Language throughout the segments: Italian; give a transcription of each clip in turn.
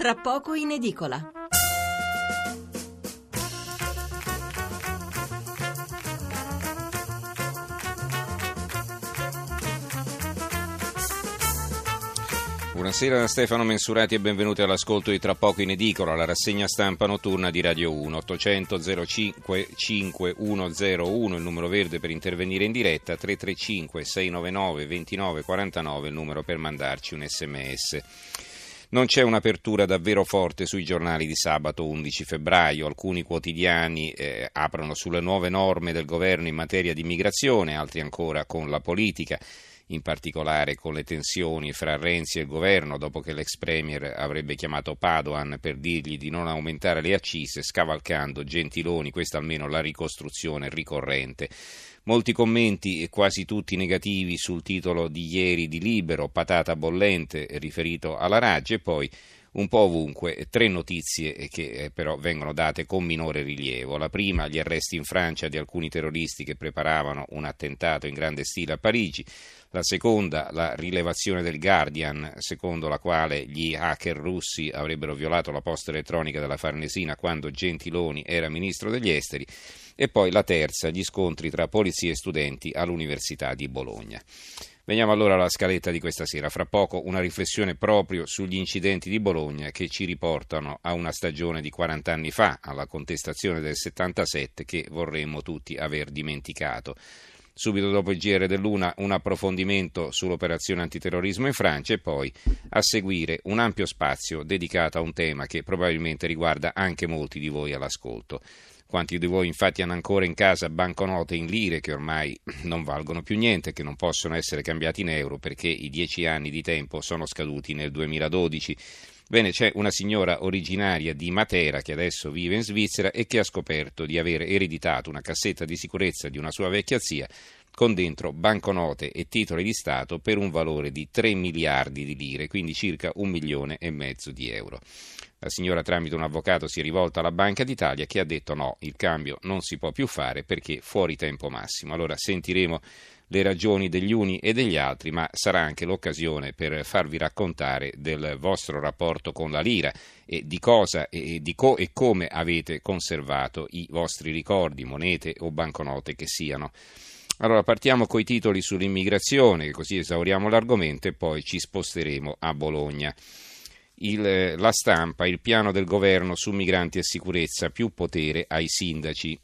tra poco in edicola. Buonasera da Stefano Mensurati e benvenuti all'ascolto di Tra poco in edicola, la rassegna stampa notturna di Radio 1. 800 05 5101 il numero verde per intervenire in diretta, 335 699 29 49 il numero per mandarci un sms. Non c'è un'apertura davvero forte sui giornali di sabato 11 febbraio. Alcuni quotidiani aprono sulle nuove norme del governo in materia di immigrazione, altri ancora con la politica, in particolare con le tensioni fra Renzi e il governo dopo che l'ex premier avrebbe chiamato Padoan per dirgli di non aumentare le accise, scavalcando Gentiloni. Questa almeno la ricostruzione ricorrente. Molti commenti, quasi tutti negativi, sul titolo di ieri di Libero, patata bollente, riferito alla Raggi, e poi un po' ovunque tre notizie che però vengono date con minore rilievo. La prima, gli arresti in Francia di alcuni terroristi che preparavano un attentato in grande stile a Parigi. La seconda, la rilevazione del Guardian, secondo la quale gli hacker russi avrebbero violato la posta elettronica della Farnesina quando Gentiloni era ministro degli esteri. E poi la terza, gli scontri tra polizia e studenti all'Università di Bologna. Veniamo allora alla scaletta di questa sera. Fra poco una riflessione proprio sugli incidenti di Bologna che ci riportano a una stagione di 40 anni fa, alla contestazione del 77 che vorremmo tutti aver dimenticato. Subito dopo il GR dell'Una un approfondimento sull'operazione antiterrorismo in Francia e poi a seguire un ampio spazio dedicato a un tema che probabilmente riguarda anche molti di voi all'ascolto. Quanti di voi infatti hanno ancora in casa banconote in lire che ormai non valgono più niente, che non possono essere cambiati in euro perché i 10 anni di tempo sono scaduti nel 2012. Bene, c'è una signora originaria di Matera che adesso vive in Svizzera e che ha scoperto di aver ereditato una cassetta di sicurezza di una sua vecchia zia con dentro banconote e titoli di Stato per un valore di 3 miliardi di lire, quindi circa 1,5 milioni di euro. La signora tramite un avvocato si è rivolta alla Banca d'Italia che ha detto no, il cambio non si può più fare perché fuori tempo massimo. Allora sentiremo le ragioni degli uni e degli altri, ma sarà anche l'occasione per farvi raccontare del vostro rapporto con la lira e di cosa e come avete conservato i vostri ricordi, monete o banconote che siano. Allora partiamo coi titoli sull'immigrazione, così esauriamo l'argomento e poi ci sposteremo a Bologna. La Stampa, il piano del governo su migranti e sicurezza, più potere ai sindaci.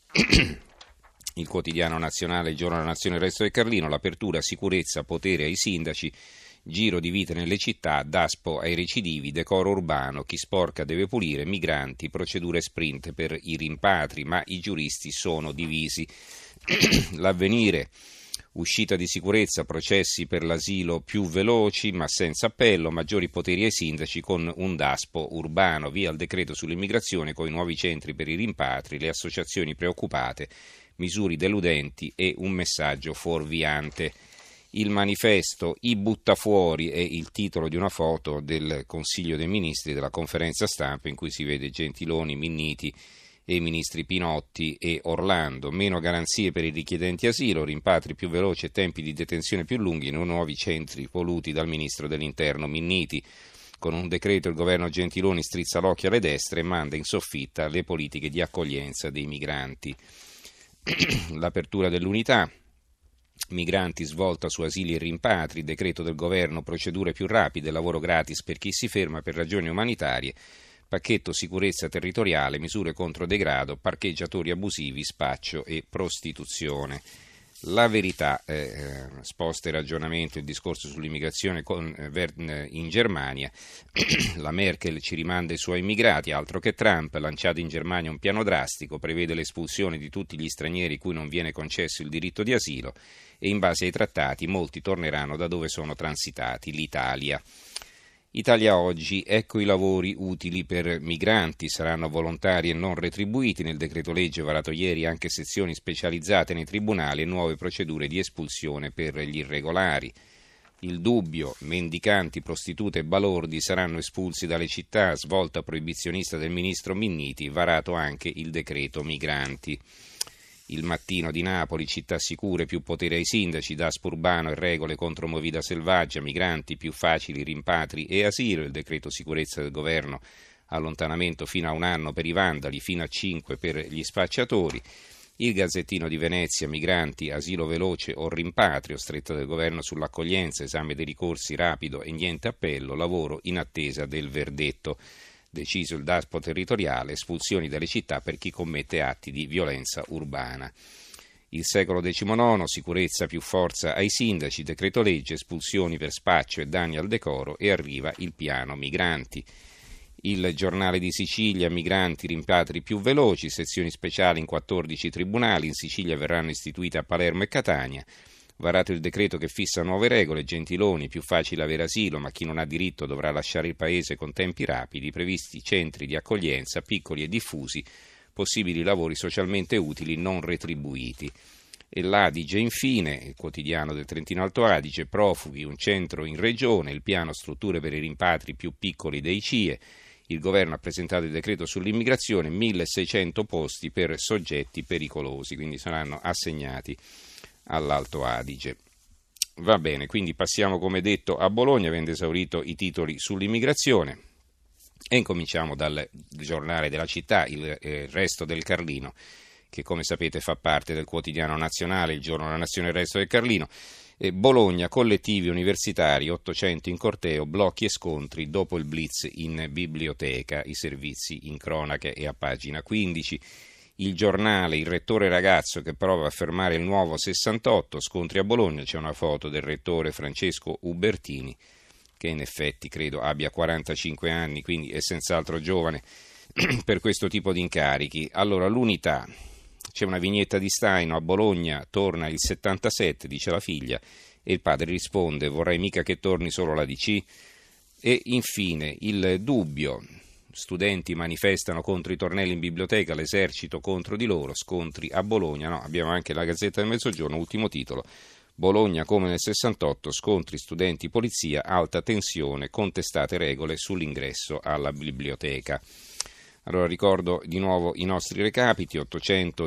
Il quotidiano nazionale, il giorno della nazione, il Resto del Carlino, l'apertura, sicurezza, potere ai sindaci, giro di vite nelle città, Daspo ai recidivi, decoro urbano, chi sporca deve pulire, migranti, procedure sprint per i rimpatri, ma i giuristi sono divisi. L'Avvenire, uscita di sicurezza, processi per l'asilo più veloci ma senza appello, maggiori poteri ai sindaci con un Daspo urbano, via il decreto sull'immigrazione con i nuovi centri per i rimpatri, le associazioni preoccupate, misure deludenti e un messaggio fuorviante. Il Manifesto, i buttafuori è il titolo di una foto del Consiglio dei Ministri della conferenza stampa in cui si vede Gentiloni, Minniti e i ministri Pinotti e Orlando. Meno garanzie per i richiedenti asilo, rimpatri più veloci e tempi di detenzione più lunghi nei nuovi centri voluti dal ministro dell'Interno Minniti. Con un decreto il governo Gentiloni strizza l'occhio alle destre e manda in soffitta le politiche di accoglienza dei migranti. L'apertura dell'Unità, migranti svolta su asili e rimpatri, decreto del governo, procedure più rapide, lavoro gratis per chi si ferma per ragioni umanitarie, pacchetto sicurezza territoriale, misure contro degrado, parcheggiatori abusivi, spaccio e prostituzione. La Verità sposta il ragionamento, il discorso sull'immigrazione in Germania. La Merkel ci rimanda i suoi immigrati, altro che Trump, lanciato in Germania un piano drastico, prevede l'espulsione di tutti gli stranieri cui non viene concesso il diritto di asilo e in base ai trattati molti torneranno da dove sono transitati, l'Italia. Italia Oggi, ecco i lavori utili per migranti, saranno volontari e non retribuiti, nel decreto legge varato ieri anche sezioni specializzate nei tribunali e nuove procedure di espulsione per gli irregolari. Il Dubbio, mendicanti, prostitute e balordi saranno espulsi dalle città, svolta proibizionista del ministro Minniti, varato anche il decreto migranti. Il Mattino di Napoli, città sicure, più potere ai sindaci, Daspo urbano e regole contro movida selvaggia, migranti, più facili rimpatri e asilo, il decreto sicurezza del governo, allontanamento fino a 1 anno per i vandali, fino a 5 per gli spacciatori. Il Gazzettino di Venezia, migranti, asilo veloce o rimpatrio, stretta del governo sull'accoglienza, esame dei ricorsi rapido e niente appello, lavoro in attesa del verdetto. Deciso il Daspo territoriale, espulsioni dalle città per chi commette atti di violenza urbana. Il Secolo XIX, sicurezza più forza ai sindaci, decreto legge, espulsioni per spaccio e danni al decoro e arriva il piano migranti. Il Giornale di Sicilia, migranti, rimpatri più veloci, sezioni speciali in 14 tribunali, in Sicilia verranno istituite a Palermo e Catania. Varato il decreto che fissa nuove regole, Gentiloni, più facile avere asilo, ma chi non ha diritto dovrà lasciare il paese con tempi rapidi, previsti centri di accoglienza piccoli e diffusi, possibili lavori socialmente utili non retribuiti. E l'Adige infine, il quotidiano del Trentino Alto Adige, profughi, un centro in regione, il piano strutture per i rimpatri più piccoli dei CIE, il governo ha presentato il decreto sull'immigrazione, 1600 posti per soggetti pericolosi, quindi saranno assegnati all'Alto Adige. Va bene, quindi passiamo come detto a Bologna, avendo esaurito i titoli sull'immigrazione, e incominciamo dal giornale della città, il Resto del Carlino, che come sapete fa parte del quotidiano nazionale, il Giorno della Nazione, il Resto del Carlino. Bologna, collettivi universitari, 800 in corteo, blocchi e scontri dopo il blitz in biblioteca, i servizi in cronache e a pagina 15. Il Giornale, il rettore ragazzo che prova a fermare il nuovo 68, scontri a Bologna, c'è una foto del rettore Francesco Ubertini, che in effetti credo abbia 45 anni, quindi è senz'altro giovane per questo tipo di incarichi. Allora, l'Unità, c'è una vignetta di Staino, a Bologna torna il 77, dice la figlia, e il padre risponde: vorrei mica che torni solo la DC. E infine il Dubbio, studenti manifestano contro i tornelli in biblioteca, l'esercito contro di loro, scontri a Bologna. No, abbiamo anche la Gazzetta del Mezzogiorno, ultimo titolo: Bologna come nel 68, scontri studenti polizia, alta tensione, contestate regole sull'ingresso alla biblioteca. Allora ricordo di nuovo i nostri recapiti: 800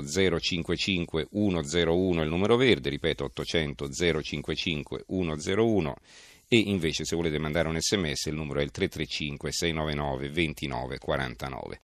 055 101 è il numero verde, ripeto 800 055 101, e invece se volete mandare un sms il numero è il 335 699 2949.